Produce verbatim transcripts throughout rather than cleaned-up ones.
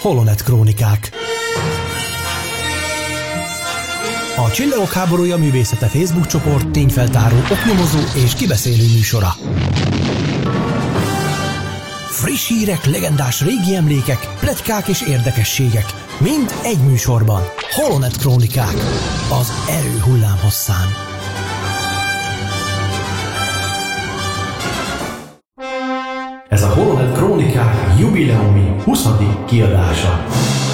Holonet Krónikák. A Csillagok háborúja művészete Facebook csoport tényfeltáró, oknyomozó és kibeszélő műsora. Friss hírek, legendás régi emlékek, pletykák és érdekességek. Mind egy műsorban. Holonet Krónikák. Az erő hullámhosszán. Ez a Holonet Krónikák jubileumi huszadik kiadása.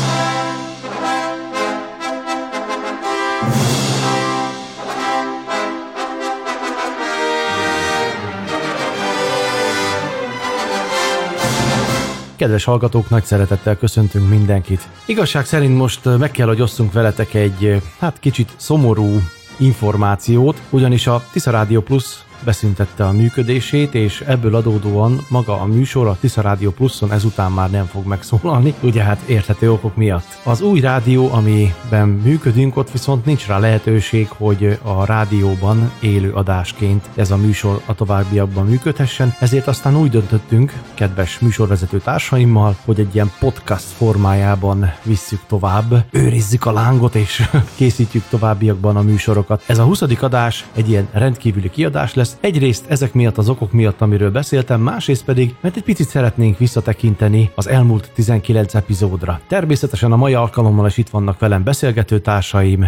Kedves hallgatók, nagy szeretettel köszöntünk mindenkit. Igazság szerint most meg kell, hogy osszunk veletek egy, hát kicsit szomorú információt, ugyanis a Tisza Rádió Plus beszüntette a működését, és ebből adódóan maga a műsor a Tisza Rádió Pluszon ezután már nem fog megszólalni, ugye hát érthető okok miatt. Az új rádió, amiben működünk, ott viszont nincs rá lehetőség, hogy a rádióban élő adásként ez a műsor a továbbiakban működhessen, ezért aztán úgy döntöttünk, kedves műsorvezető társaimmal, hogy egy ilyen podcast formájában visszük tovább, őrizzük a lángot és készítjük továbbiakban a műsorokat. Ez a huszadik adás egy ilyen rendkívüli kiadás lesz. Egyrészt ezek miatt, az okok miatt, amiről beszéltem, másrészt pedig, mert egy picit szeretnénk visszatekinteni az elmúlt tizenkilenc epizódra. Természetesen a mai alkalommal is itt vannak velem beszélgető társaim.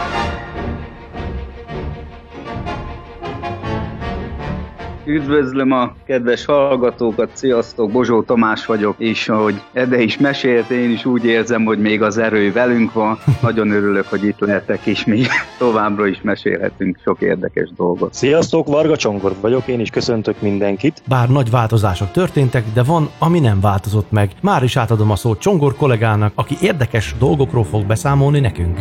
Üdvözlöm a kedves hallgatókat, sziasztok, Bozsó Tamás vagyok, és ahogy Ede is mesélt, én is úgy érzem, hogy még az erő velünk van. Nagyon örülök, hogy itt lehetek, és még továbbra is mesélhetünk sok érdekes dolgot. Sziasztok, Varga Csongor vagyok, én is köszöntök mindenkit. Bár nagy változások történtek, de van, ami nem változott meg. Már is átadom a szót Csongor kollégának, aki érdekes dolgokról fog beszámolni nekünk.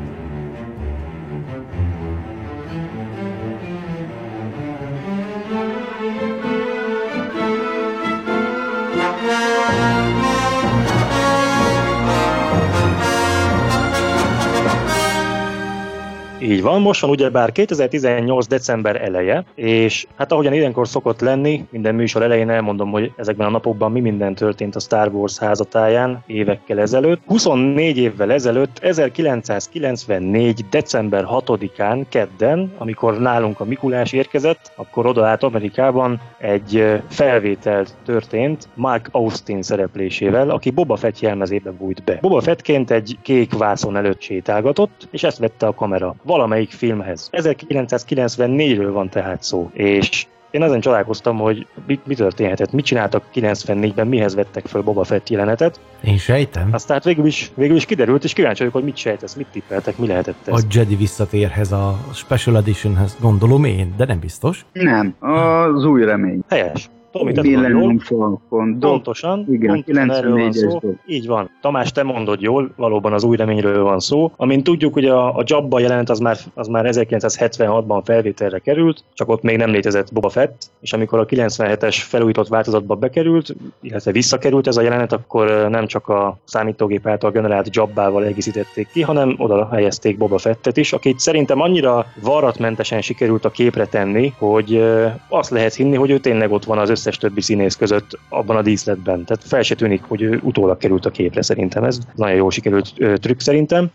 Így van, most van ugyebár kétezer-tizennyolc. december eleje, és hát ahogyan ilyenkor szokott lenni, minden műsor elején elmondom, hogy ezekben a napokban mi minden történt a Star Wars házatáján évekkel ezelőtt. huszonnégy évvel ezelőtt, ezerkilencszázkilencvennégy. december hatodikán, kedden, amikor nálunk a Mikulás érkezett, akkor oda át Amerikában egy felvétel történt Mark Austin szereplésével, aki Boba Fett jelmezébe bújt be. Boba Fettként egy kék vászon előtt sétálgatott, és ezt vette a kamera valamelyik filmhez. ezerkilencszázkilencvennégyről van tehát szó, és én ezen csodálkoztam, hogy mi, mi történhetett, mit csináltak kilencvennégyben, mihez vettek föl Boba Fett jelenetet. Én sejtem. Aztán végül is, végül is kiderült, és kíváncsi vagyok, hogy mit sejtesz, mit tippeltek, mi lehetett ez. A Jedi visszatérhez, a Special Editionhez gondolom én, de nem biztos. Nem, az új remény. Helyes. Tomi, te tudod jól. Falcon. Pontosan, igen, pontosan erről van szó. Így van. Tamás, te mondod jól, valóban az új reményről van szó. Amint tudjuk, hogy a, a Jabba jelenet az már, az már ezerkilencszázhetvenhatban felvételre került, csak ott még nem létezett Boba Fett, és amikor a kilencvenhetes felújított változatba bekerült, illetve visszakerült ez a jelenet, akkor nem csak a számítógép által generált Jabbával egészítették ki, hanem oda helyezték Boba Fettet is, akit szerintem annyira varratmentesen sikerült a képre tenni, hogy azt lehet hinni, hogy ő tényleg ott van az összes többi színész között abban a díszletben. Tehát fel se tűnik, hogy ő utólag került a képre, szerintem ez nagyon jól sikerült ö, trükk szerintem.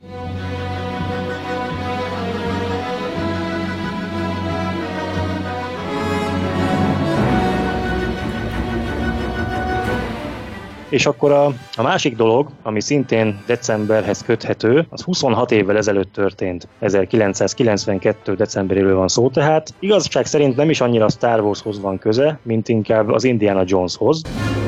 És akkor a, a másik dolog, ami szintén decemberhez köthető, az huszonhat évvel ezelőtt történt. ezerkilencszázkilencvenkettő. decemberéről van szó, tehát igazság szerint nem is annyira Star Warshoz van köze, mint inkább az Indiana Joneshoz.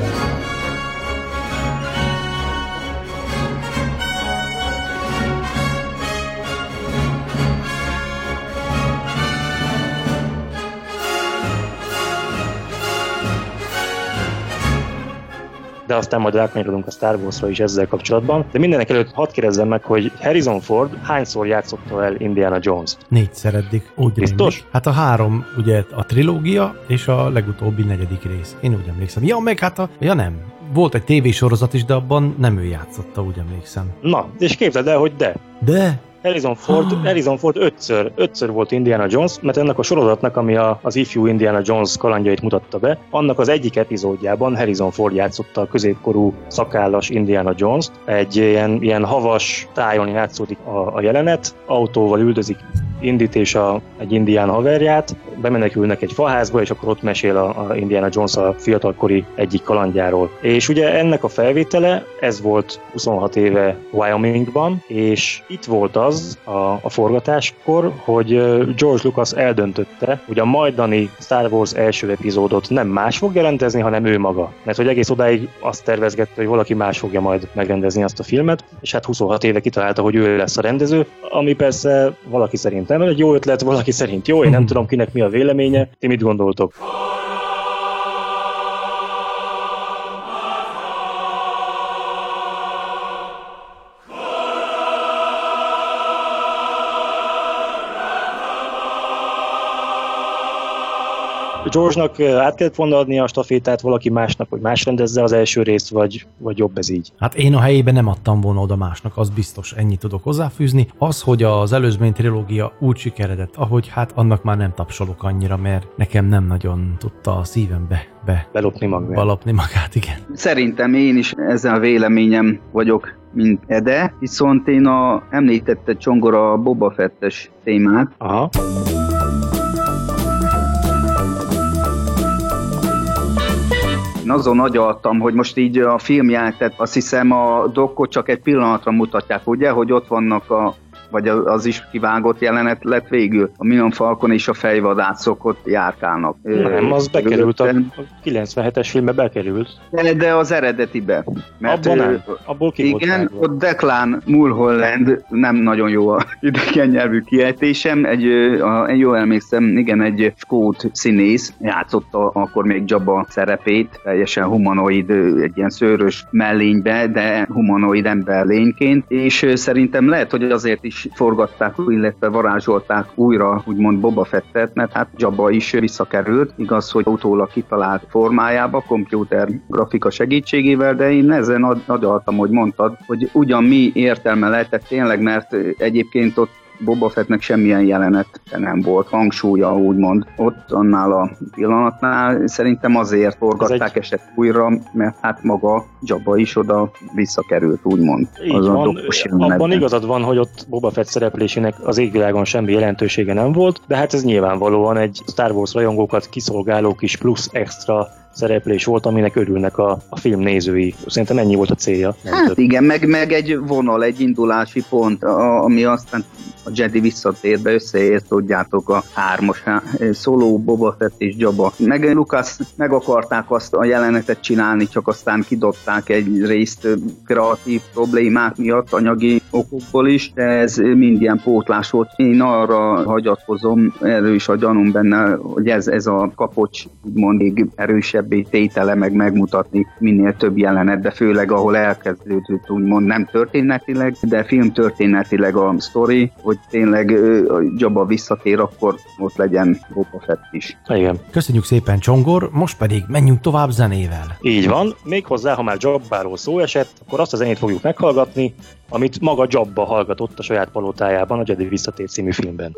De aztán majd átmegyünk a Star Warsra is ezzel kapcsolatban. De mindenek előtt hadd kérdezzem meg, hogy Harrison Ford hányszor játszotta el Indiana Jones-t? Négyszer eddig, úgy biztos? Rémlik. Hát a három, ugye a trilógia és a legutóbbi negyedik rész. Én úgy emlékszem. Ja, meg hát a... Ja nem. Volt egy tévésorozat is, de abban nem ő játszotta, úgy emlékszem. Na, és képzeld el, hogy de. De? Harrison Ford, Harrison Ford ötször, ötször volt Indiana Jones, mert ennek a sorozatnak, ami a, az ifjú Indiana Jones kalandjait mutatta be, annak az egyik epizódjában Harrison Ford játszotta a középkorú szakállas Indiana Jones-t. Egy ilyen, ilyen havas tájon játszódik a, a jelenet, autóval üldözik Indit és a, egy indián haverját, bemenekülnek egy faházba, és akkor ott mesél a, a Indiana Jones a fiatalkori egyik kalandjáról. És ugye ennek a felvétele, ez volt huszonhat éve Wyomingban, és itt volt az a, a forgatáskor, hogy George Lucas eldöntötte, hogy a majdani Star Wars első epizódot nem más fog rendezni, hanem ő maga. Mert hogy egész odáig azt tervezgette, hogy valaki más fogja majd megrendezni azt a filmet, és hát huszonhat éve kitalálta, hogy ő lesz a rendező, ami persze valaki szerint nem egy jó ötlet, valaki szerint jó, én nem tudom kinek mi a véleménye. Ti mit gondoltok? George-nak át kellett volna adni a stafétát valaki másnak, hogy más rendezze az első részt, vagy, vagy jobb ez így? Hát én a helyében nem adtam volna oda másnak, az biztos, ennyit tudok hozzáfűzni. Az, hogy az előzmény trilógia úgy sikeredett, ahogy hát annak már nem tapsolok annyira, mert nekem nem nagyon tudta a szívembe be belopni magát. Balopni magát, igen. Szerintem én is ezen a véleményem vagyok, mint Ede, viszont én a említette Csongora Boba Fettes témát. Aha. Én azon agyaltam, hogy most így a filmját, tehát azt hiszem a dokkot csak egy pillanatra mutatják, ugye, hogy ott vannak a vagy az is kivágott jelenet lett végül. A Millennium Falcon és a fejvadászok ott járkálnak. Nem, az bekerült, a kilencvenhetes filmbe bekerült. De, de az eredetibe. Mert abban nem, abból ki volt igen, vágva. ott Declan Mulholland, nem nagyon jó a idegen nyelvű kiejtésem, egy, a, egy jól emlékszem, igen, egy skót színész játszotta akkor még Jabba szerepét, teljesen humanoid, egy ilyen szőrös mellénybe, de humanoid emberlényként, és szerintem lehet, hogy azért is forgatták, illetve varázsolták újra, úgymond Boba Fettet, mert hát Jabba is visszakerült, igaz, hogy utólag kitalált formájába, komputer grafika segítségével, de én ezen agyaltam, hogy mondtad, hogy ugyan mi értelme lehetett tényleg, mert egyébként ott Boba Fettnek semmilyen jelenet nem volt, hangsúlya úgymond. Ott annál a pillanatnál szerintem azért forgatták egy... eset újra, mert hát maga Jabba is oda visszakerült, úgymond. Így az van, abban igazad van, hogy ott Boba Fett szereplésének az égvilágon semmi jelentősége nem volt, de hát ez nyilvánvalóan egy Star Wars rajongókat kiszolgáló kis plusz extra szereplés volt, aminek örülnek a, a film nézői. Szerintem ennyi volt a célja. Hát több. Igen, meg, meg egy vonal, egy indulási pont, a, ami aztán a Jedi visszatérbe összeért, tudjátok, a hármas Solo, Boba Fett és Jabba. Meg Lucas meg akarták azt a jelenetet csinálni, csak aztán kidobták egy részt kreatív problémák miatt, anyagi okokból is, de ez mind ilyen pótlás volt. Én arra hagyatkozom, erős a gyanúm benne, hogy ez, ez a kapocs úgymond még erősebbé tétele, meg megmutatni minél több jelenet, de főleg ahol elkezdődött úgymond nem történetileg, de filmtörténetileg a sztori, hogy tényleg a Jabba visszatér, akkor ott legyen Boba Fett is. Igen. Köszönjük szépen, Csongor, most pedig menjünk tovább zenével. Így van, méghozzá, ha már Jabbáról szó esett, akkor azt a zenét fogjuk meghallgatni, amit maga Jabba hallgatott a saját palotájában a Jedi Visszatér című filmben.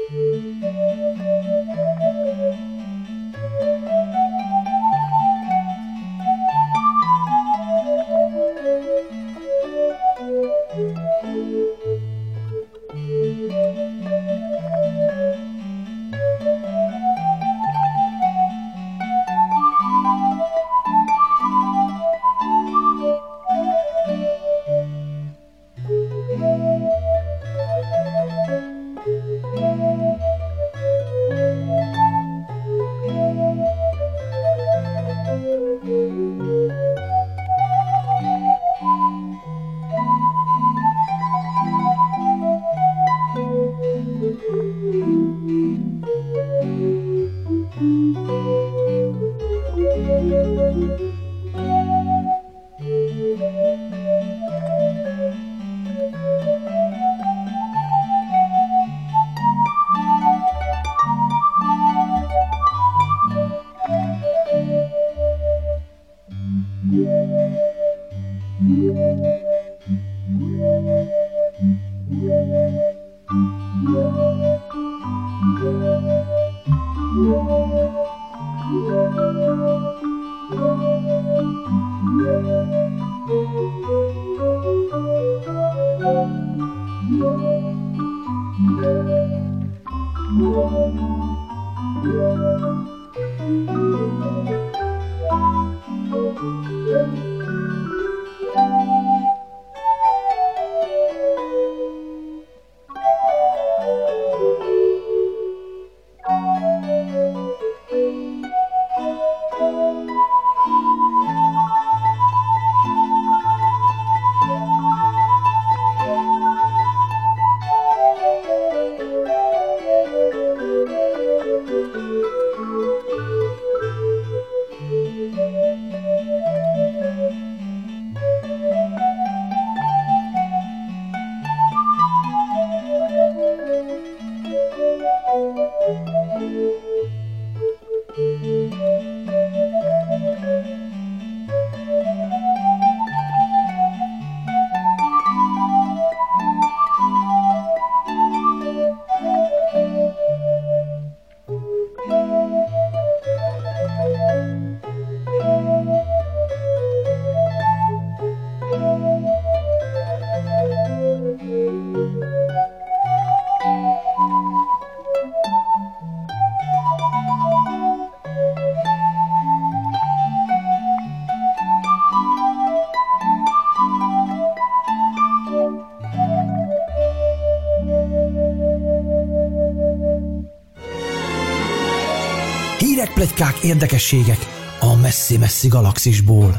pletykák, érdekességek a messzi-messzi galaxisból.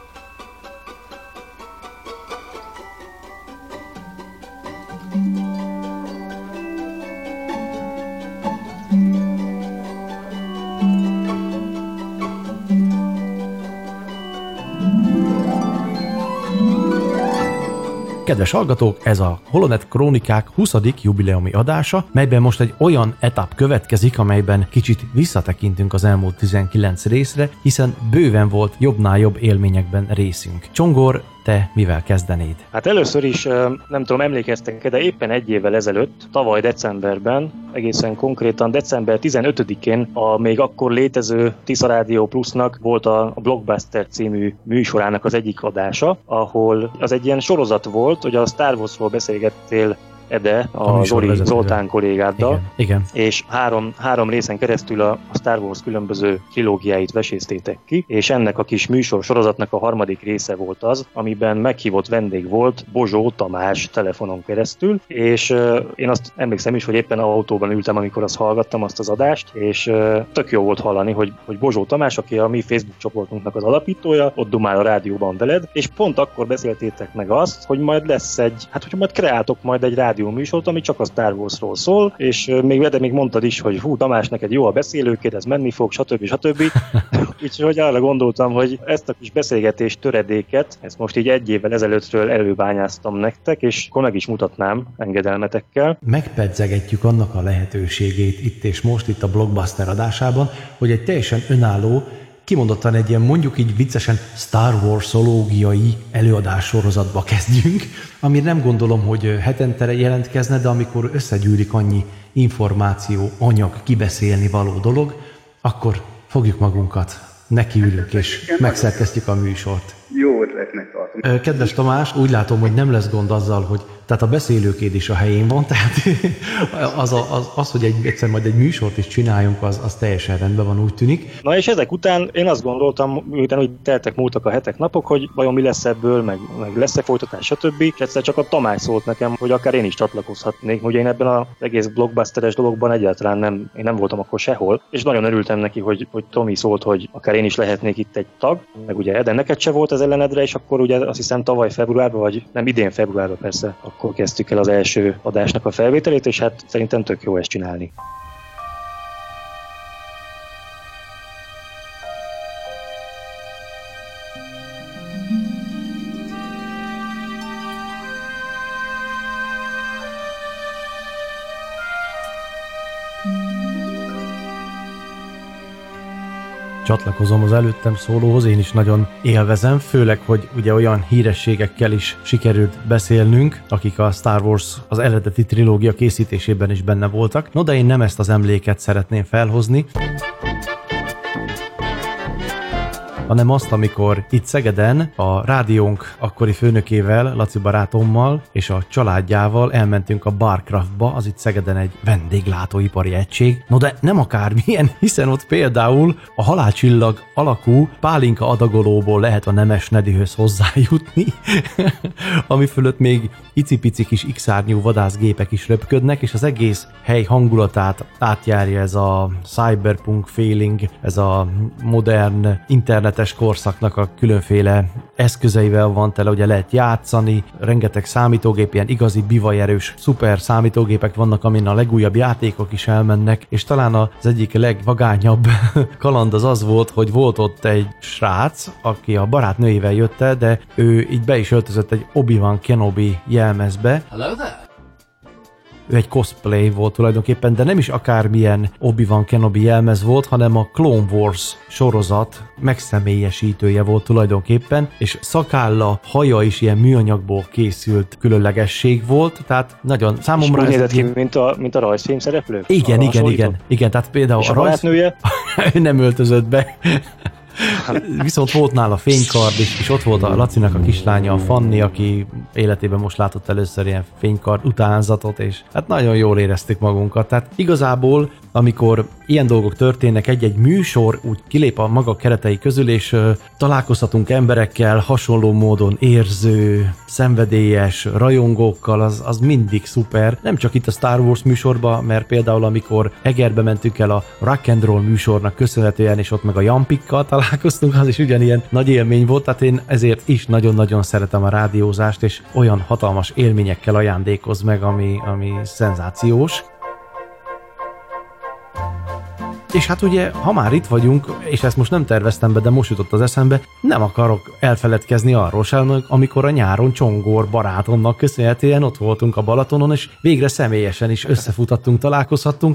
Kedves hallgatók, ez a Holonet Krónikák huszadik jubileumi adása, melyben most egy olyan etap következik, amelyben kicsit visszatekintünk az elmúlt tizenkilenc részre, hiszen bőven volt jobbnál jobb élményekben részünk. Csongor, te mivel kezdenéd? Hát először is, nem tudom, emlékeztek-e, de éppen egy évvel ezelőtt, tavaly decemberben, egészen konkrétan december tizenötödikén a még akkor létező Tisza Rádió Plusznak volt a Blockbuster című műsorának az egyik adása, ahol az egy ilyen sorozat volt, hogy a Star Warsról beszélgettél, Ede, a, a Zoli Zoltán kollégáddal, igen, igen. És három, három részen keresztül a, a Star Wars különböző trilógiáit veséztétek ki, és ennek a kis műsor sorozatnak a harmadik része volt az, amiben meghívott vendég volt Bozsó Tamás telefonon keresztül, és uh, én azt emlékszem is, hogy éppen autóban ültem, amikor azt hallgattam, azt az adást, és uh, tök jó volt hallani, hogy, hogy Bozsó Tamás, aki a mi Facebook csoportunknak az alapítója, ott dumál a rádióban veled, és pont akkor beszéltétek meg azt, hogy majd lesz egy, hát hogy majd kreáltok majd egy rádió műsort, ami csak a Star Warsról szól, és még, de még mondtad is, hogy hú, Tamás, neked jó a beszélőkéd, ez menni fog, stb. stb. Úgyhogy arra gondoltam, hogy ezt a kis beszélgetés töredéket, ezt most így egy évvel ezelőttről előbányáztam nektek, és akkor meg is mutatnám engedelmetekkel. Megpedzegetjük annak a lehetőségét itt és most, itt a Blockbuster adásában, hogy egy teljesen önálló, kimondottan egy ilyen mondjuk így viccesen Star Wars-ológiai előadássorozatba kezdjünk, ami nem gondolom, hogy hetente jelentkezne, de amikor összegyűlik annyi információ, anyag, kibeszélni való dolog, akkor fogjuk magunkat, nekiülünk és megszerkesztjük a műsort. Jó ötletnek tartom. Kedves Tamás, úgy látom, hogy nem lesz gond azzal, hogy tehát a beszélőkéd is a helyén van, tehát az, a, az, az hogy egy, egyszer majd egy műsort is csináljunk, az, az teljesen rendben van, úgy tűnik. Na és ezek után én azt gondoltam, miután úgy teltek múltak a hetek, napok, hogy vajon mi lesz ebből, meg, meg lesz-e folytatás, stb. És egyszer csak a Tamás szólt nekem, hogy akár én is csatlakozhatnék, ugye én ebben az egész blockbusteres dologban egyáltalán nem, én nem voltam akkor sehol, és nagyon örültem neki, hogy, hogy Tomi szólt, hogy akár én is lehetnék itt egy tag, meg ugye Eden neked se volt az ellenedre, és akkor ugye azt hiszem tavaly februárban, vagy nem idén februárban persze, akkor kezdtük el az első adásnak a felvételét, és hát szerintem tök jó ezt csinálni. Csatlakozom az előttem szólóhoz, én is nagyon élvezem, főleg, hogy ugye olyan hírességekkel is sikerült beszélnünk, akik a Star Wars az eredeti trilógia készítésében is benne voltak. No, de én nem ezt az emléket szeretném felhozni, hanem azt, amikor itt Szegeden a rádiónk akkori főnökével, Laci barátommal és a családjával elmentünk a Barcraftba, az itt Szegeden egy vendéglátóipari egység. No de nem akármilyen, hiszen ott például a halálcsillag alakú pálinka adagolóból lehet a Nemes Nedihöz hozzájutni, ami fölött még icipici kis X-árnyú vadászgépek is röpködnek, és az egész hely hangulatát átjárja ez a cyberpunk feeling, ez a modern internetes korszaknak a különféle eszközeivel van tele, ugye lehet játszani, rengeteg számítógép, ilyen igazi bivajerős szuper számítógépek vannak, amin a legújabb játékok is elmennek, és talán az egyik legvagányabb kaland az az volt, hogy volt ott egy srác, aki a barátnőjével jött el, de ő így be is öltözött egy Obi-Wan Kenobi jelmezbe. Hello there. Ő egy cosplay volt tulajdonképpen, de nem is akármilyen Obi-Wan Kenobi jelmez volt, hanem a Clone Wars sorozat megszemélyesítője volt tulajdonképpen, és szakálla, haja is ilyen műanyagból készült különlegesség volt, tehát nagyon számomra... És úgy nézett ki, mint a, mint a rajzfilm szereplő? Igen, igen, igen, igen, tehát például és a, a rajz... ő nem öltözött be. Viszont volt nála fénykard, és, és ott volt a Lacinak a kislánya, a Fanni, aki életében most látott először ilyen fénykard utánzatot, és hát nagyon jól éreztük magunkat. Tehát igazából, amikor ilyen dolgok történnek, egy-egy műsor úgy kilép a maga keretei közül, és uh, találkozhatunk emberekkel, hasonló módon érző, szenvedélyes rajongókkal, az, az mindig szuper. Nem csak itt a Star Wars műsorban, mert például amikor Egerbe mentünk el a Rock and Roll műsornak köszönhetően, és ott meg a Jampikkal találkoztunk, az is ugyanilyen nagy élmény volt, tehát én ezért is nagyon-nagyon szeretem a rádiózást, és olyan hatalmas élményekkel ajándékoz meg, ami, ami szenzációs. És hát ugye, ha már itt vagyunk, és ezt most nem terveztem be, de most jutott az eszembe, nem akarok elfeledkezni arról sem, amikor a nyáron Csongor barátomnak köszönhetően ott voltunk a Balatonon, és végre személyesen is összefutattunk, találkozhattunk.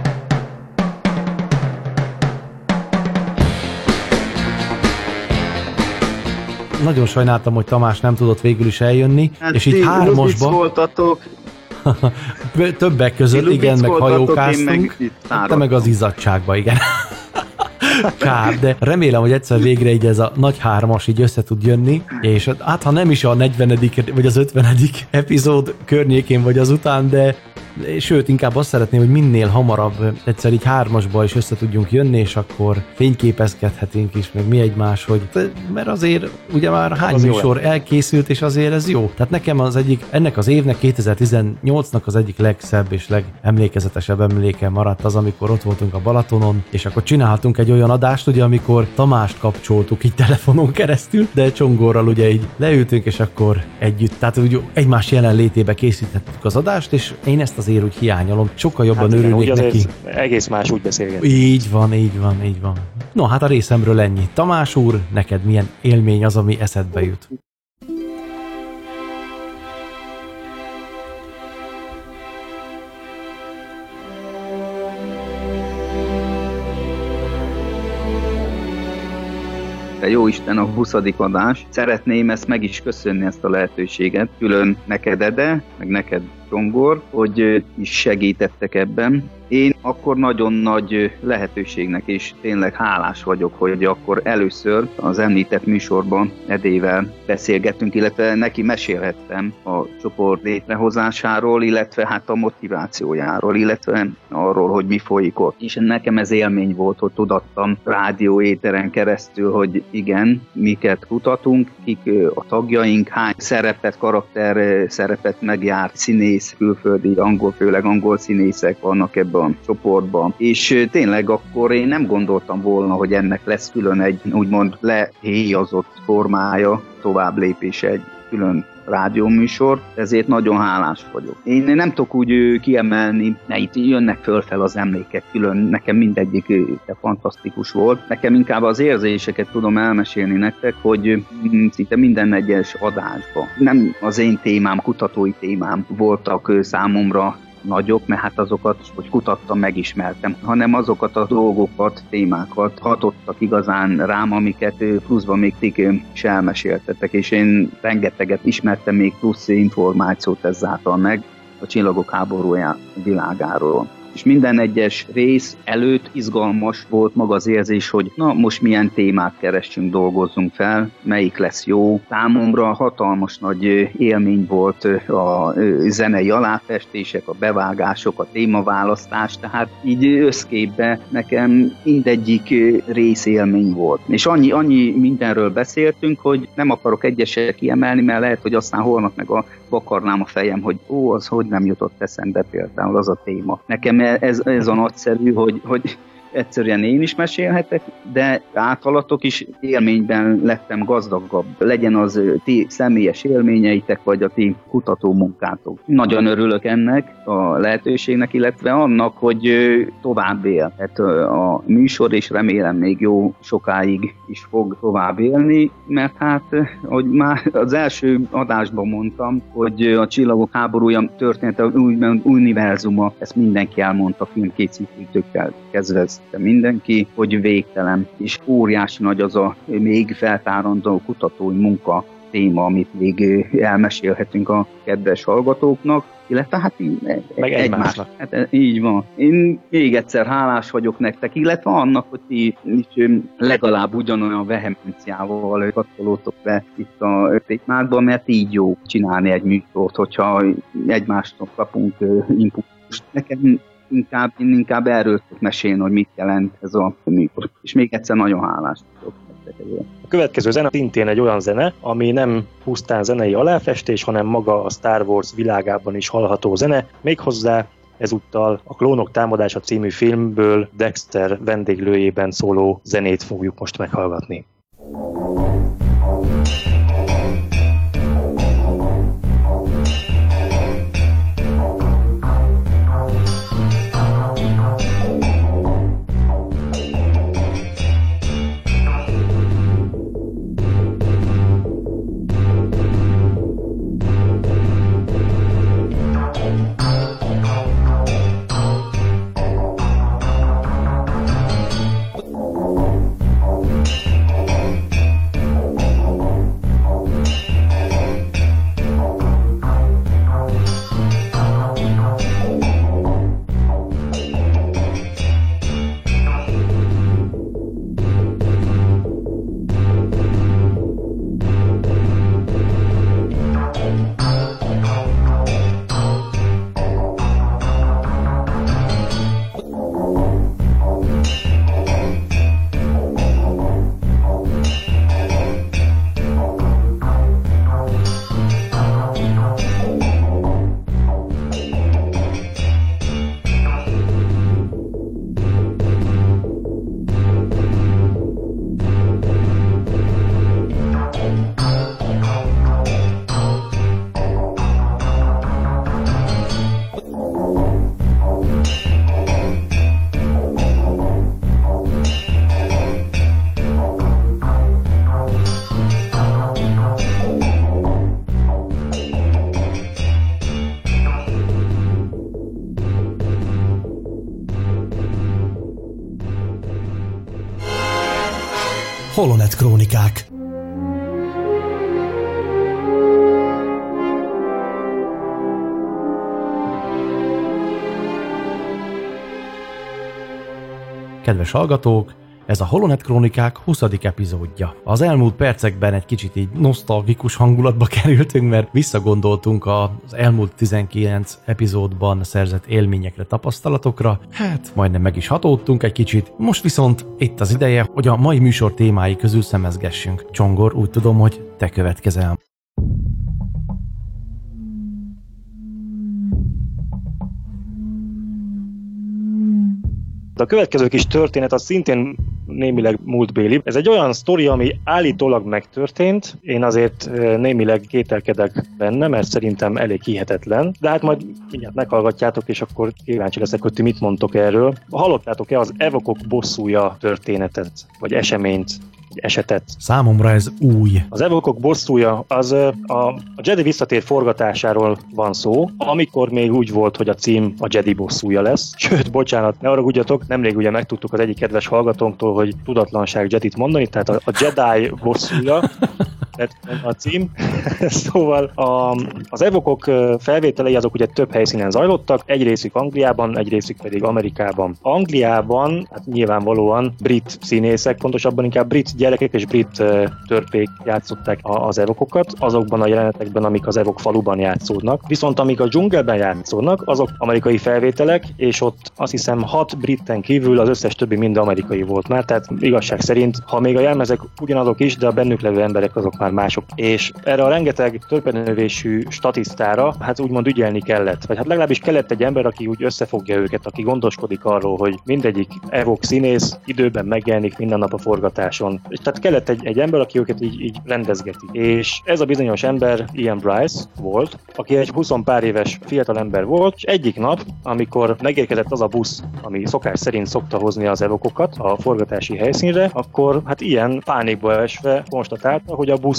Nagyon sajnáltam, hogy Tamás nem tudott végül is eljönni, hát és így hármasba... voltatok. Többek között, igen, meg hajókáztunk, te meg az izzadságba, igen. Kár, de remélem, hogy egyszer végre így ez a nagy hármas így össze tud jönni, és hát ha nem is a negyvenedik vagy az ötvenedik epizód környékén vagy azután, de sőt, inkább azt szeretném, hogy minél hamarabb egyszer így hármasba is össze tudjunk jönni, és akkor fényképezkedhetünk is, meg mi egymás, hogy mert azért ugye már hány az műsor elkészült, és azért ez jó. Tehát nekem az egyik, ennek az évnek, kétezer-tizennyolcnak az egyik legszebb és legemlékezetesebb emléke maradt az, amikor ott voltunk a Balatonon, és akkor csinálhatunk egy olyan adást, ugye, amikor Tamást kapcsoltuk így telefonon keresztül, de Csongorral ugye így leültünk, és akkor együtt, tehát úgy egymás jelenlétébe készítettük az adást, és én ezt azért úgy hiányolom. Sokkal jobban hát örülnék igen, neki. Egész más úgy beszélgetni. Így van, így van, így van. No, hát a részemről ennyi. Tamás úr, neked milyen élmény az, ami eszedbe jut? De jó Isten, a huszadik adás. Szeretném ezt meg is köszönni, ezt a lehetőséget. Külön neked, Ede, meg neked, Csongor, hogy is segítettek ebben. Én akkor nagyon nagy lehetőségnek és tényleg hálás vagyok, hogy akkor először az említett műsorban Edével beszélgettünk, illetve neki mesélhettem a csoport létrehozásáról, illetve hát a motivációjáról, illetve arról, hogy mi folyik ott. És nekem ez élmény volt, hogy tudattam rádió éteren keresztül, hogy igen, miket kutatunk, kik a tagjaink, hány szerepet, karakter szerepet megjárt, színész, külföldi, angol, főleg angol színészek vannak ebben a csoportban. És tényleg akkor én nem gondoltam volna, hogy ennek lesz külön egy úgymond lehéjazott formája, tovább lépés egy külön rádióműsor, ezért nagyon hálás vagyok. Én nem tudok úgy kiemelni, mert itt jönnek fölfel az emlékek külön, nekem mindegyik fantasztikus volt. Nekem inkább az érzéseket tudom elmesélni nektek, hogy szinte minden egyes adásban. Nem az én témám, kutatói témám voltak számomra nagyok, mert hát azokat, hogy kutattam, megismertem, hanem azokat a dolgokat, témákat hatottak igazán rám, amiket pluszban még ti is elmeséltetek, és én rengeteget ismertem még plusz információt ezáltal meg a Csillagok háborúja világáról. És minden egyes rész előtt izgalmas volt maga az érzés, hogy na most milyen témát keressünk, dolgozzunk fel, melyik lesz jó. Számomra hatalmas nagy élmény volt a zenei aláfestések, a bevágások, a témaválasztás, tehát így összképbe nekem mindegyik rész élmény volt. És annyi, annyi mindenről beszéltünk, hogy nem akarok egyeset kiemelni, mert lehet, hogy aztán holnap meg a vakarnám a fejem, hogy ó, az hogy nem jutott eszembe például az a téma. Nekem ez, ez a nagyszerű, hogy, hogy egyszerűen én is mesélhetek, de átalatok is élményben lettem gazdagabb. Legyen az ti személyes élményeitek, vagy a ti kutató munkátok. Nagyon örülök ennek a lehetőségnek, illetve annak, hogy tovább él. Hát a műsor, és remélem még jó sokáig is fog tovább élni, mert hát, hogy már az első adásban mondtam, hogy a Csillagok háborúja történet, az univerzuma, ezt mindenki elmondta, filmkészítőkkel kezdve mindenki, hogy végtelen, és óriási nagy az a még feltárandó kutatói munka téma, amit még elmesélhetünk a kedves hallgatóknak. illetve hát meg egymásnak. Hát, így van. Én még egyszer hálás vagyok nektek, illetve annak, hogy ti is legalább ugyanolyan vehemenciával kapcsolódtok be itt a témákban, mert így jó csinálni egy műsort, hogyha egymástól kapunk impulzust. Nekem inkább, én inkább erről tudok mesélni, hogy mit jelent ez a műsor. És még egyszer nagyon hálás vagyok. A következő zene szintén egy olyan zene, ami nem pusztán zenei aláfestés, hanem maga a Star Wars világában is hallható zene, méghozzá ezúttal a Klónok támadása című filmből Dexter vendéglőjében szóló zenét fogjuk most meghallgatni. Holonet Krónikák. Kedves hallgatók, ez a Holonet Krónikák huszadik epizódja. Az elmúlt percekben egy kicsit így nosztalgikus hangulatba kerültünk, mert visszagondoltunk az elmúlt tizenkilenc epizódban szerzett élményekre, tapasztalatokra. Hát, majdnem meg is hatódtunk egy kicsit. Most viszont itt az ideje, hogy a mai műsor témái közül szemezgessünk. Csongor, úgy tudom, hogy te következel. A következő kis történet az szintén némileg múltbéli. Ez egy olyan sztori, ami állítólag megtörtént. Én azért némileg kételkedek benne, mert szerintem elég hihetetlen. De hát majd mindjárt meghallgatjátok, és akkor kíváncsi leszek, hogy ti mit mondtok erről. Hallottátok-e az Evokok bosszúja történetet, vagy eseményt? Esetet. Számomra ez új. Az Evokok bosszúja az a, a Jedi visszatér forgatásáról van szó, amikor még úgy volt, hogy a cím a Jedi bosszúja lesz. Sőt, bocsánat, ne haragudjatok, nemrég ugye megtudtuk az egyik kedves hallgatónktól, hogy tudatlanság Jedit mondani, tehát a, a Jedi bosszúja a cím. Szóval a, az Evokok felvételei azok ugye több helyszínen zajlottak, egy részük Angliában, egy részük pedig Amerikában. Angliában, hát nyilvánvalóan brit színészek, pontosabban inkább brit gyerekek és brit uh, törpék játszották a, az Evokokat, azokban a jelenetekben, amik az Evok faluban játszódnak. Viszont amik a dzsungelben játszódnak, azok amerikai felvételek, és ott azt hiszem hat britten kívül az összes többi mind amerikai volt már, tehát igazság szerint, ha még a jelmezek ugyanazok is, de a bennük levő emberek azok már mások. És erre a rengeteg törpenövésű statisztára, hát úgymond ügyelni kellett. Vagy hát legalábbis kellett egy ember, aki úgy összefogja őket, aki gondoskodik arról, hogy mindegyik Evok színész időben megjelenik minden nap a forgatáson. És tehát kellett egy, egy ember, aki őket így, így rendezgeti. És ez a bizonyos ember Ian Bryce volt, aki egy húsz pár éves fiatal ember volt, és egyik nap, amikor megérkezett az a busz, ami szokás szerint szokta hozni az Evokokat a forgatási helyszínre, akkor hát ilyen pánikba esve konstatálta, hogy a busz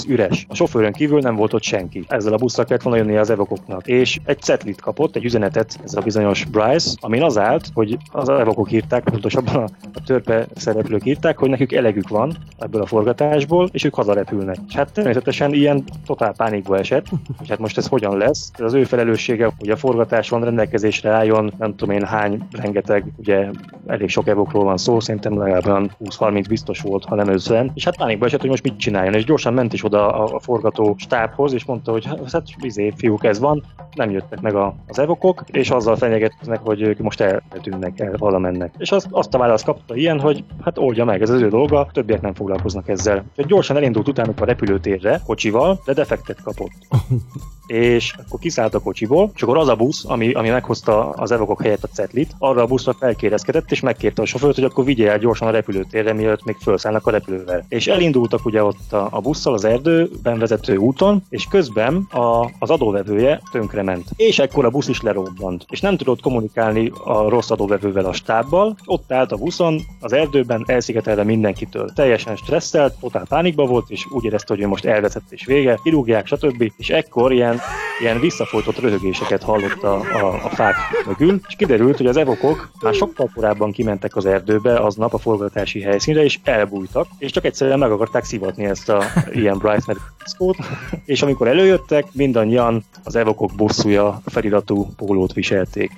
busz üres. A sofőrön kívül nem volt ott senki. Ezzel a busszal kellett volna jönni az evokoknak. És egy cetlit kapott, egy üzenetet ez a bizonyos Bryce, amin az állt, hogy az evokok írták, pontosabban a, a törpe szereplők írták, hogy nekük elegük van ebből a forgatásból, és ők hazarepülnek. És hát természetesen ilyen totál pánikba esett, és hát most ez hogyan lesz? Ez az ő felelőssége, hogy a forgatáson rendelkezésre álljon, nem tudom én hány, rengeteg, ugye elég sok evokról van szó, szerintem legalább húsz-harminc biztos volt, ha nem összen. És hát pánikba esett, hogy most mit csináljon, és gyorsan ment is oda a, a forgató stábhoz, és mondta, hogy hát izé, fiúk, ez van, nem jöttek meg a, az evokok, és azzal fenyegetnek, hogy ők most eltűnnek, el, valamennek. És azt, azt a választ kapta ilyen, hogy hát oldja meg, ez az ő dolga, többiek nem foglalkoznak ezzel. És gyorsan elindult utánuk a repülőtérre, kocsival, de defektet kapott. És akkor kiszállt a kocsiból, és akkor az a busz, ami, ami meghozta az evokok helyett a cetlit, arra a buszra felkérezkedett, és megkérte a sofőrt, hogy akkor vigye el gyorsan a repülőtérre, mielőtt még felszállnak a repülővel. És elindultak ugye ott a, a busszal az erdőben vezető úton, és közben a, az adóvevője tönkrement. És ekkor a busz is lerobbant. És nem tudott kommunikálni a rossz adóvevővel a stábbal, ott állt a buszon, az erdőben, elszigetelve mindenkitől. Teljesen stresszelt, totál pánikba volt, és úgy érezte, hogy ő most elveszett és vége, kirúgják, stb. És ekkor ilyen ilyen visszafolytott röhögéseket hallott a, a, a fák mögül, és kiderült, hogy az evokok már sokkal korábban kimentek az erdőbe aznap a forgatási helyszínre, és elbújtak, és csak egyszerűen meg akarták szivatni ezt a ilyen Bryce Medical, és amikor előjöttek, mindannyian az evokok bosszúja feliratú pólót viselték.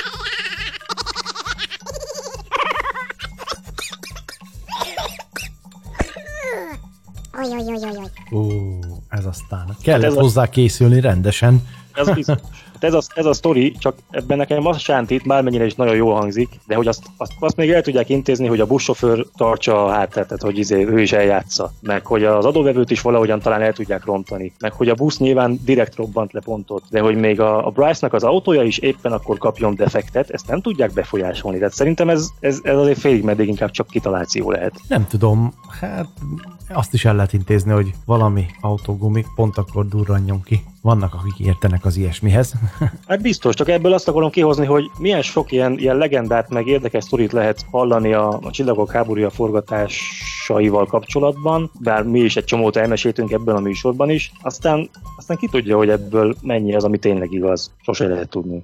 Ó, ez aztán. Kellett hát ez hozzá a... készülni rendesen. Ez biztos. Ez a, ez a sztori, csak ebben nekem az sántít, már mennyire is nagyon jól hangzik, de hogy azt, azt, azt még el tudják intézni, hogy a buszsofőr tartsa a hátteret, hogy izé, ő is eljátsza, meg hogy az adóvevőt is valahogyan talán el tudják rontani, meg hogy a busz nyilván direkt robbant le pontot, de hogy még a, a Bryce-nak az autója is éppen akkor kapjon defektet, ezt nem tudják befolyásolni. Tehát szerintem ez, ez, ez azért félig meddig inkább csak kitaláció lehet. Nem tudom, hát azt is el lehet intézni, hogy valami autógumi pont akkor durranjon ki. Vannak, akik értenek az ilyesmihez. Hát biztos, csak ebből azt akarom kihozni, hogy milyen sok ilyen, ilyen legendát, meg érdekes sztorit lehet hallani a, a Csillagok háborúja forgatásaival kapcsolatban, bár mi is egy csomót elmeséltünk ebben a műsorban is, aztán, aztán ki tudja, hogy ebből mennyi az, ami tényleg igaz. Sose lehet tudni.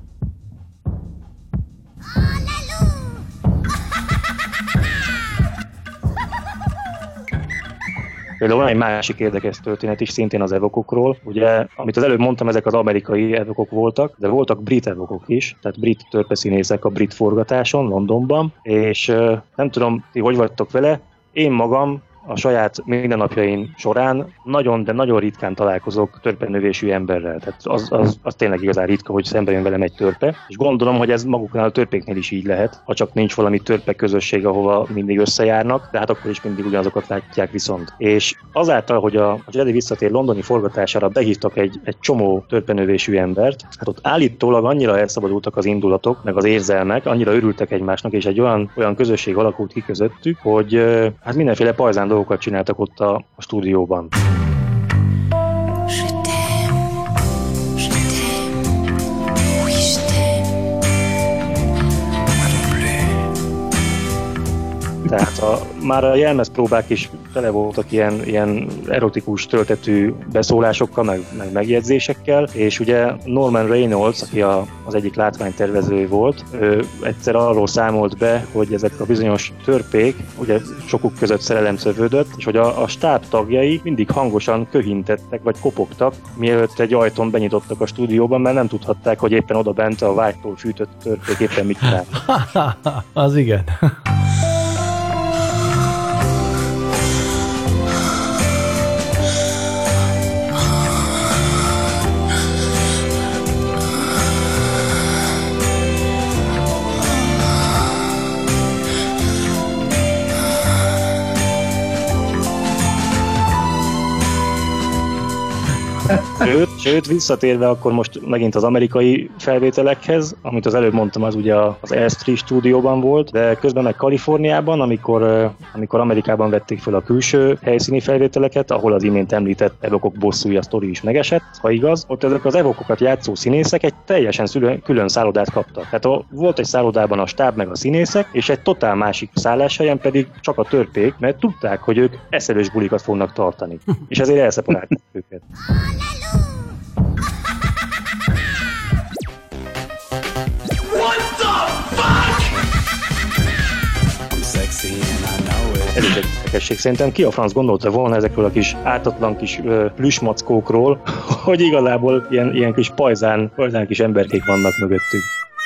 Például van egy másik érdekes történet is, szintén az evokokról. Ugye, amit az előbb mondtam, ezek az amerikai evokok voltak, de voltak brit evokok is, tehát brit törpeszínészek a brit forgatáson, Londonban, és nem tudom, ti hogy vagytok vele, én magam a saját mindennapjaim során nagyon, de nagyon ritkán találkozok törpenövésű emberrel. Tehát az, az, az tényleg igazán ritka, hogy szembe jön velem egy törpe. És gondolom, hogy ez maguknál a törpéknél is így lehet, ha csak nincs valami törpe közösség, ahova mindig összejárnak, de hát akkor is mindig ugyanazokat látják viszont. És azáltal, hogy a, a Jedi visszatér londoni forgatására behívtak egy, egy csomó törpenövésű embert, hát ott állítólag annyira elszabadultak az indulatok, meg az érzelmek, annyira örültek egymásnak, és egy olyan, olyan közösség alakult ki közöttük, hogy hát mindenféle pajzán dolgokat csináltak ott a, a stúdióban. Tehát a, már a jelmezpróbák is tele voltak ilyen, ilyen erotikus töltetű beszólásokkal, meg, meg megjegyzésekkel, és ugye Norman Reynolds, aki a, az egyik látványtervező volt, ő egyszer arról számolt be, hogy ezek a bizonyos törpék, ugye sokuk között szerelem szövődött, és hogy a, a stáb tagjai mindig hangosan köhintettek, vagy kopogtak, mielőtt egy ajtón benyitottak a stúdióban, mert nem tudhatták, hogy éppen oda bent a vágytól fűtött törpék éppen mit csinál. Az igen. Sőt, sőt, visszatérve akkor most megint az amerikai felvételekhez, amit az előbb mondtam, az ugye az Airstream stúdióban volt, de közben meg Kaliforniában, amikor, amikor Amerikában vették fel a külső helyszíni felvételeket, ahol az imént említett evokok bosszúja sztori is megesett, ha igaz, ott ezek az evokokat játszó színészek egy teljesen szülő, külön szállodát kaptak. Tehát volt egy szállodában a stáb meg a színészek, és egy totál másik szálláshelyen pedig csak a törpék, mert tudták, hogy ők eszelős bulikat fognak tartani. És ezért elszeparálták őket. Ez is egy érdekesség. Szerintem ki a franc gondolta volna ezekről a kis ártatlan kis plüssmackókról, hogy igazából ilyen, ilyen kis pajzán, pajzán kis emberkék vannak mögöttük.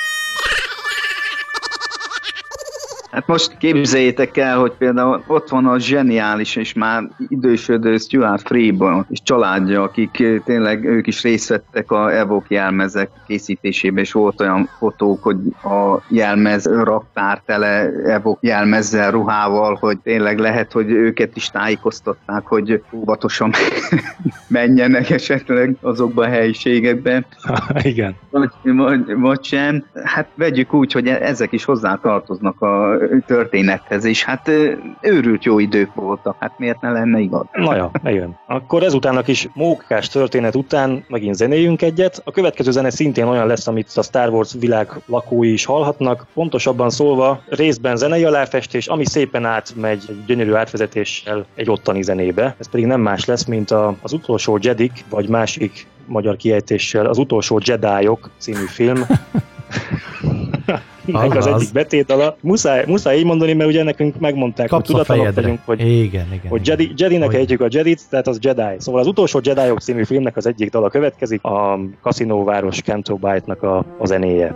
Hát most képzeljétek el, hogy például ott van a zseniális és már idősödő Stuart Freeborn és családja, akik tényleg ők is részt vettek a evok jelmezek készítésében, és volt olyan fotók, hogy a jelmez raktár tele evok jelmezzel, ruhával, hogy tényleg lehet, hogy őket is tájékoztatták, hogy óvatosan menjenek esetleg azokba a helyiségekbe. Igen. Vagy, vagy, vagy sem. Hát vegyük úgy, hogy ezek is hozzá tartoznak a történethez, és hát őrült jó idők voltak, hát miért ne lenne igaz? Na ja, eljön. Akkor ezután a kis mókás történet után megint zenéljünk egyet. A következő zene szintén olyan lesz, amit a Star Wars világ lakói is hallhatnak. Pontosabban szólva részben zenei aláfestés, ami szépen átmegy egy gyönyörű átvezetéssel egy ottani zenébe. Ez pedig nem más lesz, mint a, az utolsó Jedik, vagy másik magyar kiejtéssel az utolsó Jediok című film. Meg az egyik betétdala. Muszáj, muszáj így mondani, mert ugye nekünk megmondták, kapsz hogy tudatlanok vagyunk, hogy, igen, igen, hogy Jedi, Jedinek ejtjük a Jedit, tehát az Jedi. Szóval az utolsó Jediok című filmnek az egyik dala következik, a kaszinóváros Canto Bight-nak a, a zenéje.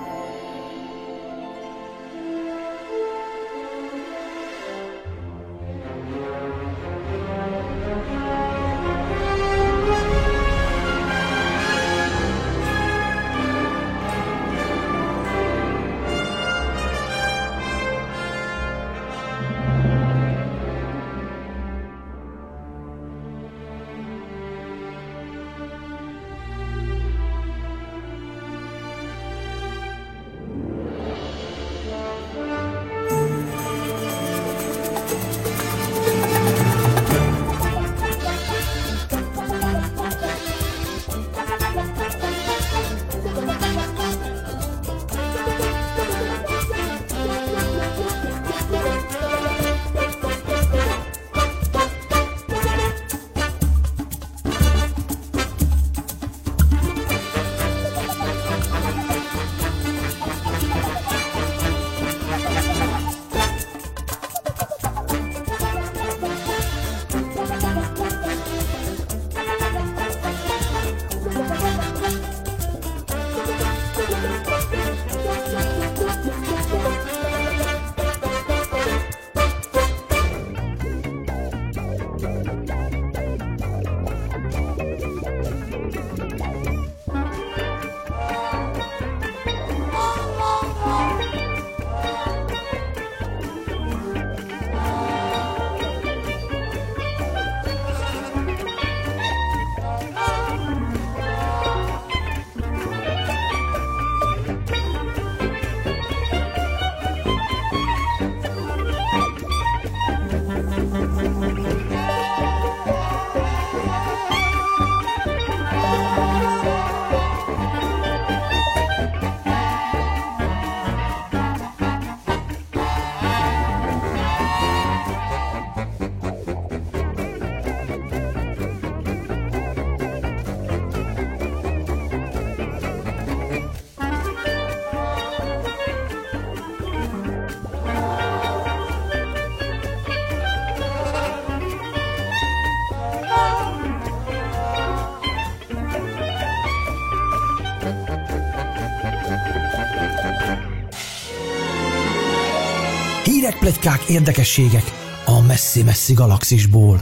Hírek, pletykák, érdekességek a messzi-messzi galaxisból.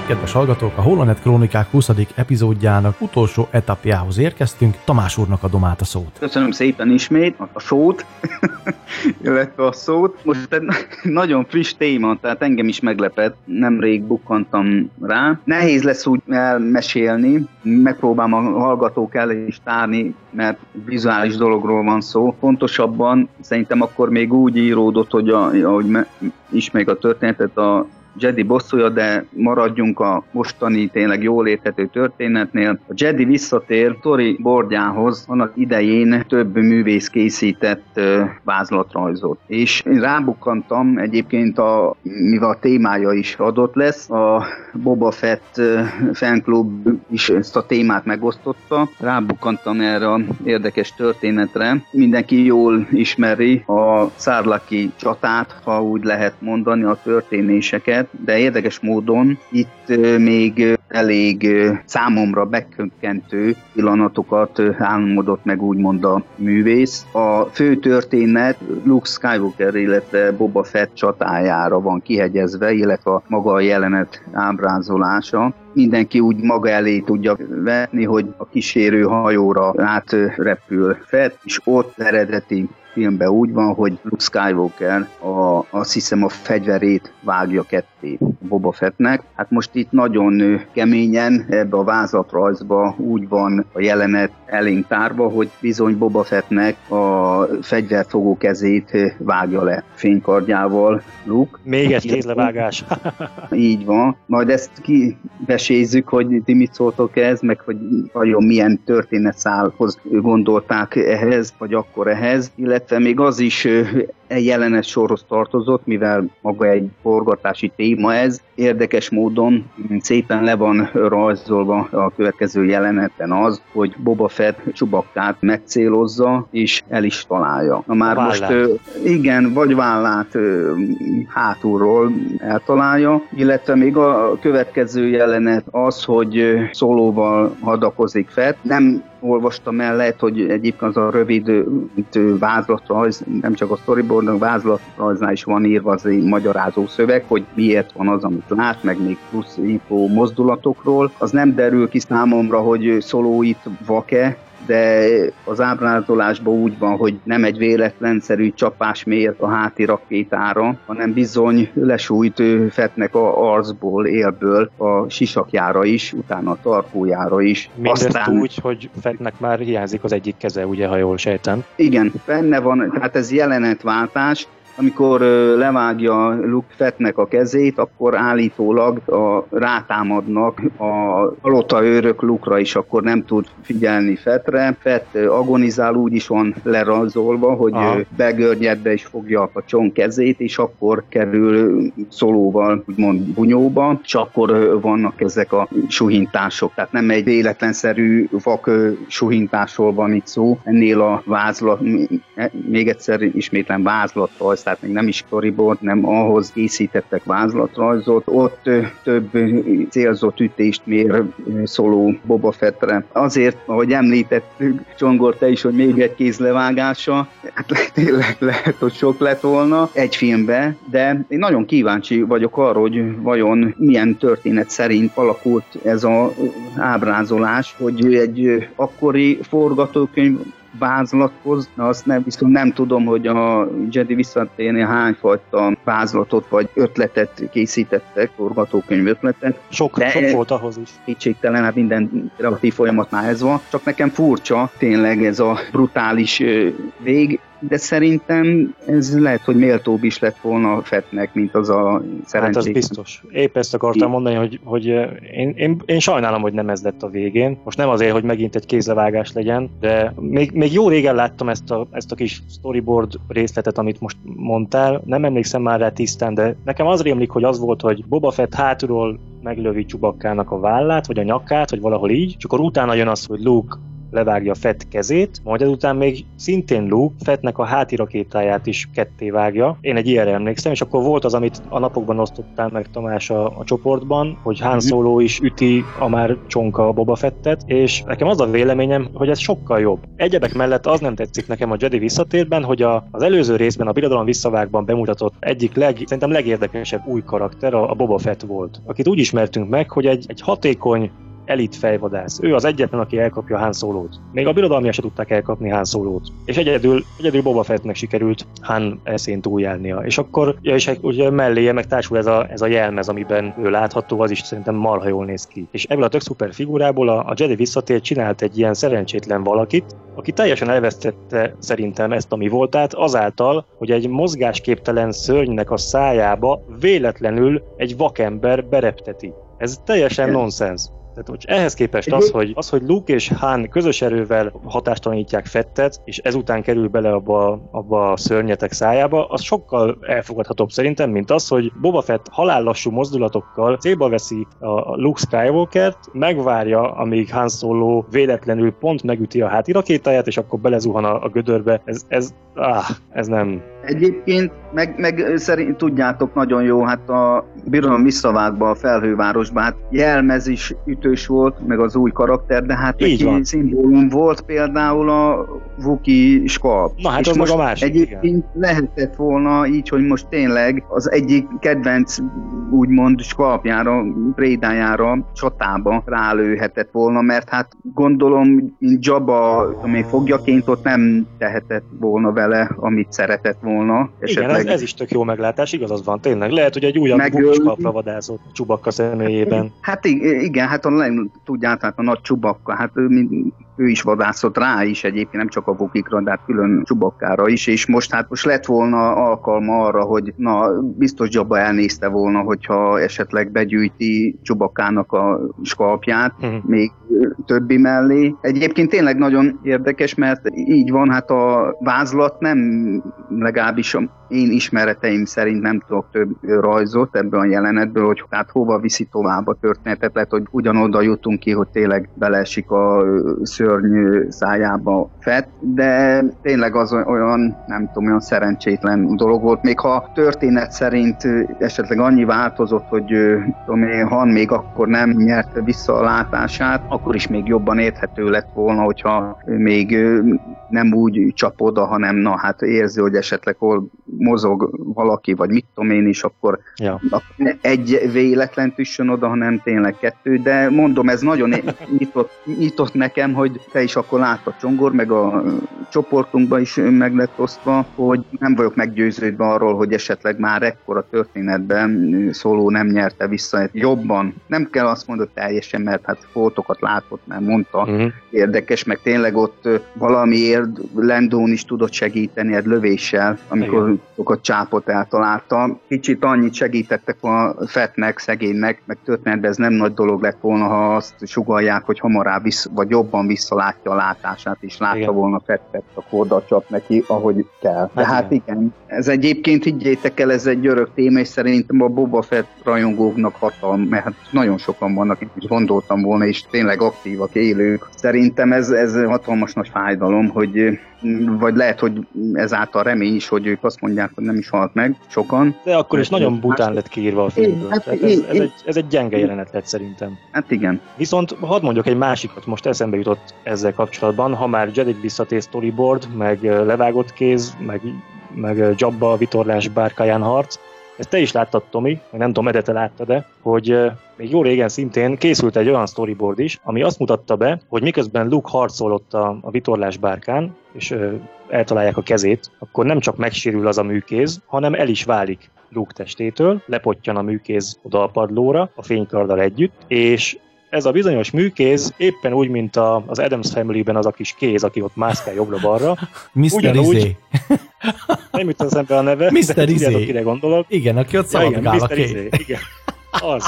Kedves hallgatók, a Holonet Krónikák huszadik epizódjának utolsó etapjához érkeztünk. Tamás úrnak adom át a szót. Köszönöm szépen ismét a szót, illetve a szót. Most egy nagyon friss téma, tehát engem is meglepett, nemrég bukkantam rá. Nehéz lesz úgy elmesélni, megpróbálom a hallgatók elé is tárni, mert vizuális dologról van szó. Pontosabban szerintem akkor még úgy íródott, hogy a, ahogy me, ismerjük a történetet, a Jedi bosszúja, de maradjunk a mostani tényleg jól érthető történetnél. A Jedi visszatér storyboardjához, annak idején több művész készített uh, vázlatrajzot. És én rábukkantam egyébként, a, mivel a témája is adott lesz, a Boba Fett uh, fanklub is ezt a témát megosztotta. Rábukkantam erre az érdekes történetre. Mindenki jól ismeri a Sarlacc-i csatát, ha úgy lehet mondani, a történéseket, de érdekes módon itt még elég számomra bekökkentő pillanatokat álmodott meg úgymond a művész. A fő történet Luke Skywalker, illetve Boba Fett csatájára van kihegyezve, illetve a maga a jelenet ábrázolása. Mindenki úgy maga elé tudja venni, hogy a kísérő hajóra átrepül Fett, és ott eredeti filmben úgy van, hogy Luke Skywalker a, azt hiszem a fegyverét vágja ketté Boba Fettnek. Hát most itt nagyon keményen ebbe a vázlatrajzba úgy van a jelenet elénk tárva, hogy bizony Boba Fettnek a fegyverfogó kezét vágja le fénykardjával Luke. Még egy kézlevágás. Így van. Majd ezt kivesézzük, hogy ti mit szóltok ez, meg hogy vajon milyen történetszálhoz gondolták ehhez, vagy akkor ehhez, illetve még az is egy jelenet sorhoz tartozott, mivel maga egy forgatási téma ez. Érdekes módon szépen le van rajzolva a következő jeleneten az, hogy Boba Fett Chewbaccát megcélozza, és el is találja. Na már most igen, vagy vállát hátulról eltalálja, illetve még a következő jelenet az, hogy Soloval hadakozik Fett. Nem olvastam el, lehet, hogy egyébként az a rövid vázlatrajz, nem csak a storyboardnak, vázlatrajznál is van írva az egy magyarázó szöveg, hogy miért van az, amit lát, meg még plusz info mozdulatokról. Az nem derül ki számomra, hogy Solo itt vak-e, de az ábrázolásban úgy van, hogy nem egy véletlenszerű csapás mért a háti rakétára, hanem bizony lesújt Fettnek a arcból, élből a sisakjára is, utána a tarkójára is. Mindezt Aztán... úgy, hogy Fettnek már hiányzik az egyik keze, ugye, ha jól sejtem. Igen, benne van, tehát ez jelenetváltás. Amikor levágja Luke Fettnek a kezét, akkor állítólag a, rátámadnak a palota őrök Luke-ra is, akkor nem tud figyelni Fettre. Fett agonizál, úgy is van lerajzolva, hogy Aha. begörnyedbe is fogja a csont kezét, és akkor kerül Solóval úgymond bunyóba, és akkor vannak ezek a suhintások. Tehát nem egy véletlenszerű vak suhintásról van itt szó, ennél a vázlat, még egyszer ismétlen vázlatrajz, tehát még nem is storyboard, nem ahhoz készítettek vázlatrajzot. Ott több célzott ütést mér Solo Boba Fettre. Azért, ahogy említettük, Csongor, te is, hogy még egy kézlevágása, hát tényleg lehet, hogy sok lett volna egy filmbe, de én nagyon kíváncsi vagyok arra, hogy vajon milyen történet szerint alakult ez az ábrázolás, hogy egy akkori forgatókönyv vázlathoz, azt nem, viszont nem tudom, hogy a Jedi visszatérnél hányfajta vázlatot vagy ötletet készítettek, forgatókönyv ötletet. Sok, sok volt ahhoz is. Kétségtelen, hát minden kreatív folyamatnál ez van. Csak nekem furcsa tényleg ez a brutális vég, de szerintem ez lehet, hogy méltóbb is lett volna a Fettnek, mint az a szerencsés. Hát az biztos. Épp ezt akartam mondani, hogy, hogy én, én, én sajnálom, hogy nem ez lett a végén. Most nem azért, hogy megint egy kézlevágás legyen, de még, még jó régen láttam ezt a, ezt a kis storyboard részletet, amit most mondtál. Nem emlékszem már rá tisztán, de nekem az rémlik, hogy az volt, hogy Boba Fett hátulról meglövi Chewbacca-nak a vállát, vagy a nyakát, vagy valahol így, és akkor utána jön az, hogy Luke levágja Fett kezét, majd ezután még szintén Luke Fettnek a háti rakétáját is ketté vágja. Én egy ilyenre emlékszem, és akkor volt az, amit a napokban osztottál meg Tamás a, a csoportban, hogy Han Solo is üti a már csonka Boba Fettet, és nekem az a véleményem, hogy ez sokkal jobb. Egyebek mellett az nem tetszik nekem a Jedi visszatérben, hogy a, az előző részben, a Birodalom visszavágban bemutatott egyik leg, szerintem legérdekesebb új karakter a, a Boba Fett volt, akit úgy ismertünk meg, hogy egy, egy hatékony elit fejvadász. Ő az egyetlen, aki elkapja Han Solót. Még a birodalmiak se tudták elkapni Han Solót. És egyedül, egyedül Boba Fettnek sikerült Han eszén túljárnia. És akkor, ja, és ugye melléje meg társul ez a, ez a jelmez, amiben ő látható, az is szerintem marha jól néz ki. És ebből a tök szuper figurából a, a Jedi visszatér csinált egy ilyen szerencsétlen valakit, aki teljesen elvesztette szerintem ezt, ami voltát, azáltal, hogy egy mozgásképtelen szörnynek a szájába véletlenül egy vakember berepteti. Ez teljesen nonsens. Tehát, hogy ehhez képest az hogy, az, hogy Luke és Han közös erővel hatástalanítják Fettet, és ezután kerül bele abba, abba a szörnyetek szájába, az sokkal elfogadhatóbb szerintem, mint az, hogy Boba Fett halállassú mozdulatokkal célba veszi a Luke Skywalkert, megvárja, amíg Han Solo véletlenül pont megüti a háti rakétáját, és akkor belezuhan a, a gödörbe. Ez, ez, áh, ez nem... Egyébként, meg, meg szerint tudjátok nagyon jó, hát a Birodalom visszavágban, a Felhővárosban, hát jelmez is ütős volt, meg az új karakter, de hát egy szimbólum volt például a Wookiee skalp. Na hát és az most meg a másik, egyébként igen. Lehetett volna így, hogy most tényleg az egyik kedvenc úgymond skalpjára, prédájára, csatába rálőhetett volna, mert hát gondolom Jabba, ami fogjaként ott nem tehetett volna vele, amit szeretett volna. Igen, ez, ez is tök jó meglátás, igaz az van, tényleg. Lehet, hogy egy újabb Wookiee skalpra vadászott Chewbacca személyében. Hát igen, hát a, tudjátok, hát a nagy Chewbacca, hát ő, ő is vadászott rá is egyébként, nem csak a Wookieekra, de hát külön Chewbacca-ra is, és most hát most lett volna alkalma arra, hogy na, biztos Jabba elnézte volna, hogyha esetleg begyűjti Chewbacca-nak a skalpját, uh-huh. még többi mellé. Egyébként tényleg nagyon érdekes, mert így van, hát a vázlat nem, legalábbis a én ismereteim szerint nem tudok több rajzot ebből a jelenetből, hogy hát hova viszi tovább a történetet, lehet, hogy ugyanoda jutunk ki, hogy tényleg beleesik a szörny szájába Fett, de tényleg az olyan, nem tudom, olyan szerencsétlen dolog volt, még ha a történet szerint esetleg annyi változott, hogy tudom, Han még akkor nem nyerte vissza a látását, akkor is még jobban érthető lett volna, hogyha még nem úgy csap oda, hanem na hát érzi, hogy esetleg hol mozog valaki, vagy mit tudom én is, akkor, ja. akkor egy véletlen üssön oda, hanem tényleg kettő, de mondom, ez nagyon nyitott, nyitott nekem, hogy te is akkor láttad, Csongor, meg a csoportunkban is meg lett osztva, hogy nem vagyok meggyőződve arról, hogy esetleg már ekkora történetben Solo nem nyerte vissza jobban. Nem kell azt mondani teljesen, mert hát foltokat látott, mert mondta, uh-huh. érdekes, meg tényleg ott valamiért Landón is tudott segíteni egy lövéssel, amikor sokat csápot eltalálta. Kicsit annyit segítettek a Fettnek, szegénynek, meg történetben ez nem nagy dolog lett volna, ha azt sugallják, hogy hamarabb vissza, vagy jobban visszalátja a látását, és látta igen. volna Fettet, akkor oda csap neki, ahogy kell. De hát, hát igen. igen, ez egyébként higgyétek el, ez egy örök téma, és szerintem a Boba Fett rajongóknak hatalm, mert hát nagyon sokan vannak, én is gondoltam volna, és tényleg aktívak, élők. Szerintem ez, ez hatalmas nagy fájdalom, hogy vagy lehet, hogy ezáltal remény is, hogy ők azt mondják, hogy nem is halt meg sokan. De akkor is nagyon bután lett kiírva a filmből. Hát, ez, ez, egy, ez egy gyenge jelenet lett szerintem. Hát igen. Viszont hadd mondjak egy másikat, most eszembe jutott ezzel kapcsolatban, ha már Jedi visszatér storyboard, meg levágott kéz, meg, meg Jabba vitorlás bárkáján harc, ezt te is láttad, Tomi, meg nem tudom, Ede, te láttad, de hogy uh, még jó régen szintén készült egy olyan storyboard is, ami azt mutatta be, hogy miközben Luke harcolott a, a vitorlás bárkán, és uh, eltalálják a kezét, akkor nem csak megsérül az a műkéz, hanem el is válik Luke testétől, lepottyan a műkéz oda a padlóra, a fénykarddal együtt, és ez a bizonyos műkéz éppen úgy, mint a, az Addams Family-ben az a kis kéz, aki ott mászkál jobbra-balra. miszter Izé. Nem jut az ember a neve, miszter de Izé. tudjátok, kire gondolok. Igen, aki ott szaladgál a kéz. Igen, az.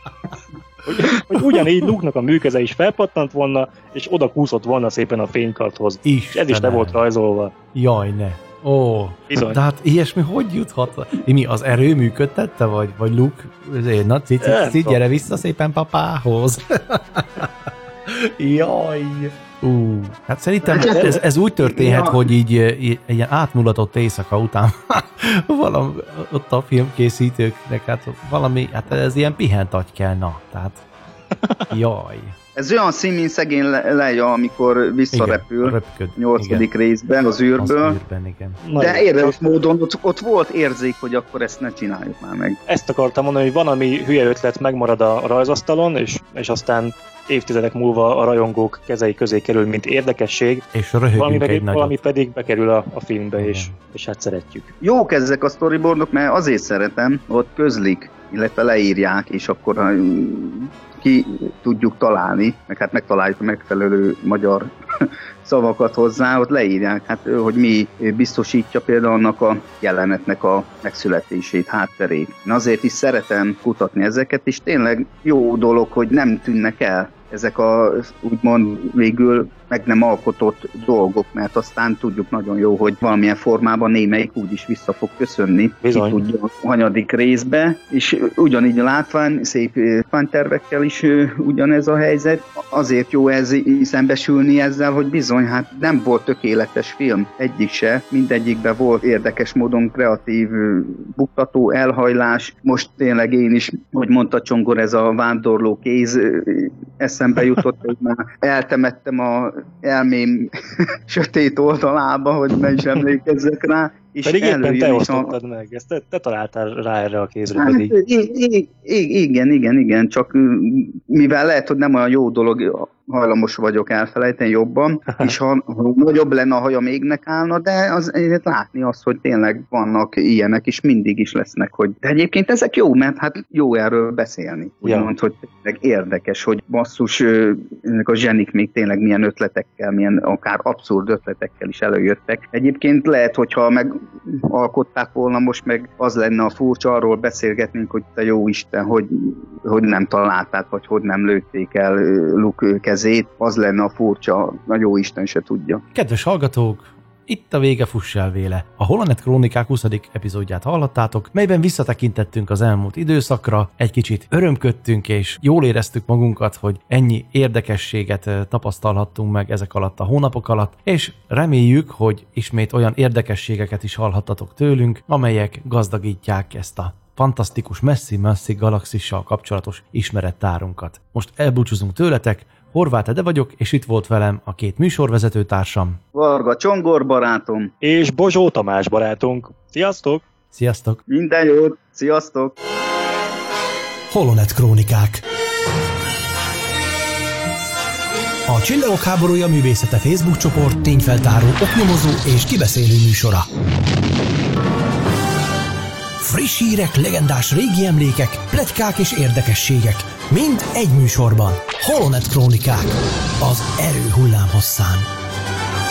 Hogy, hogy ugyanígy Luke-nak a műkeze is felpattant volna, és oda kúszott volna szépen a fénykarthoz. És ez is le volt rajzolva. Jaj, ne. Ó, bizony. De hát ilyesmi hogy juthat? Mi, az erő működtette, vagy, vagy Luke? Na, cici, cici, gyere vissza szépen papához. Jaj. Ú, hát szerintem ez, ez úgy történhet, ja. hogy így, így egy ilyen átmulatott éjszaka után valami, ott a filmkészítőknek, hát valami, hát ez ilyen pihent agy kell, na, tehát jaj. Ez olyan szín, mint szegény Leia, amikor visszarepül röpköd, nyolcadik igen. részben az űrből. Az űrben, igen. De érdekes módon ott, ott volt érzék, hogy akkor ezt ne csináljuk már meg. Ezt akartam mondani, hogy van, ami hülye ötlet megmarad a rajzasztalon, és, és aztán évtizedek múlva a rajongók kezei közé kerül, mint érdekesség. És röhögünk valami egy pedig, nagyot. Valami pedig bekerül a, a filmbe, és, és hát szeretjük. Jók ezek a storyboardok, mert azért szeretem, ott közlik, illetve leírják, és akkor ki tudjuk találni, meg hát megtaláljuk a megfelelő magyar szavakat hozzá, ott leírják, hát, hogy mi biztosítja például annak a jelenetnek a megszületését, hátterét. Én azért is szeretem kutatni ezeket, és tényleg jó dolog, hogy nem tűnnek el ezek a úgymond végül meg nem alkotott dolgok, mert aztán tudjuk nagyon jó, hogy valamilyen formában némelyik úgyis vissza fog köszönni. Bizony. Ki tudja a hanyadik részbe, és ugyanígy a látvány, szép fánytervekkel is ugyanez a helyzet. Azért jó ez szembesülni ezzel, hogy bizony, hát nem volt tökéletes film, egyik se, mindegyikben volt érdekes módon kreatív buktató, elhajlás. Most tényleg én is, hogy mondta Csongor, ez a vándorló kéz eszembe jutott, hogy már eltemettem a elmém sötét oldalába, hogy ne is emlékezzek rá. És pedig éppen te osztottad a... meg, ezt te, te találtál rá erre a kézre hát, pedig. Igen, igen, igen, csak mivel lehet, hogy nem olyan jó dolog, hajlamos vagyok elfelejteni jobban, és ha, ha nagyobb lenne a haja még állna, de az, látni azt, hogy tényleg vannak ilyenek, és mindig is lesznek, hogy de egyébként ezek jó, mert hát jó erről beszélni. Úgymond, ja. hogy tényleg érdekes, hogy basszus, ennek a zsenik még tényleg milyen ötletekkel, milyen akár abszurd ötletekkel is előjöttek. Egyébként lehet, hogyha megalkották volna, most meg az lenne a furcsa, arról beszélgetnénk, hogy te jó Isten, hogy, hogy nem találták, vagy hogy nem lőtték el Luke kezét, az lenne a furcsa, a jó Isten se tudja. Kedves hallgatók, itt a vége, fuss el véle. A Holonet Krónikák huszadik epizódját hallottátok, melyben visszatekintettünk az elmúlt időszakra, egy kicsit örömködtünk és jól éreztük magunkat, hogy ennyi érdekességet tapasztalhattunk meg ezek alatt a hónapok alatt, és reméljük, hogy ismét olyan érdekességeket is hallhattatok tőlünk, amelyek gazdagítják ezt a fantasztikus messzi-messzi galaxissal kapcsolatos ismerettárunkat. Most elbúcsúzunk tőletek, Horváth Ede vagyok, és itt volt velem a két műsorvezető társam. Varga Csongor barátom. És Bozsó Tamás barátunk. Sziasztok! Sziasztok! Minden jót! Sziasztok! Holonet Krónikák. A Csillagok háborúja művészete Facebook csoport tényfeltáró, oknyomozó és kibeszélő műsora. Friss hírek, legendás régi emlékek, pletykák és érdekességek. Mind egy műsorban. Holonet Krónikák. Az erő hullámhosszán.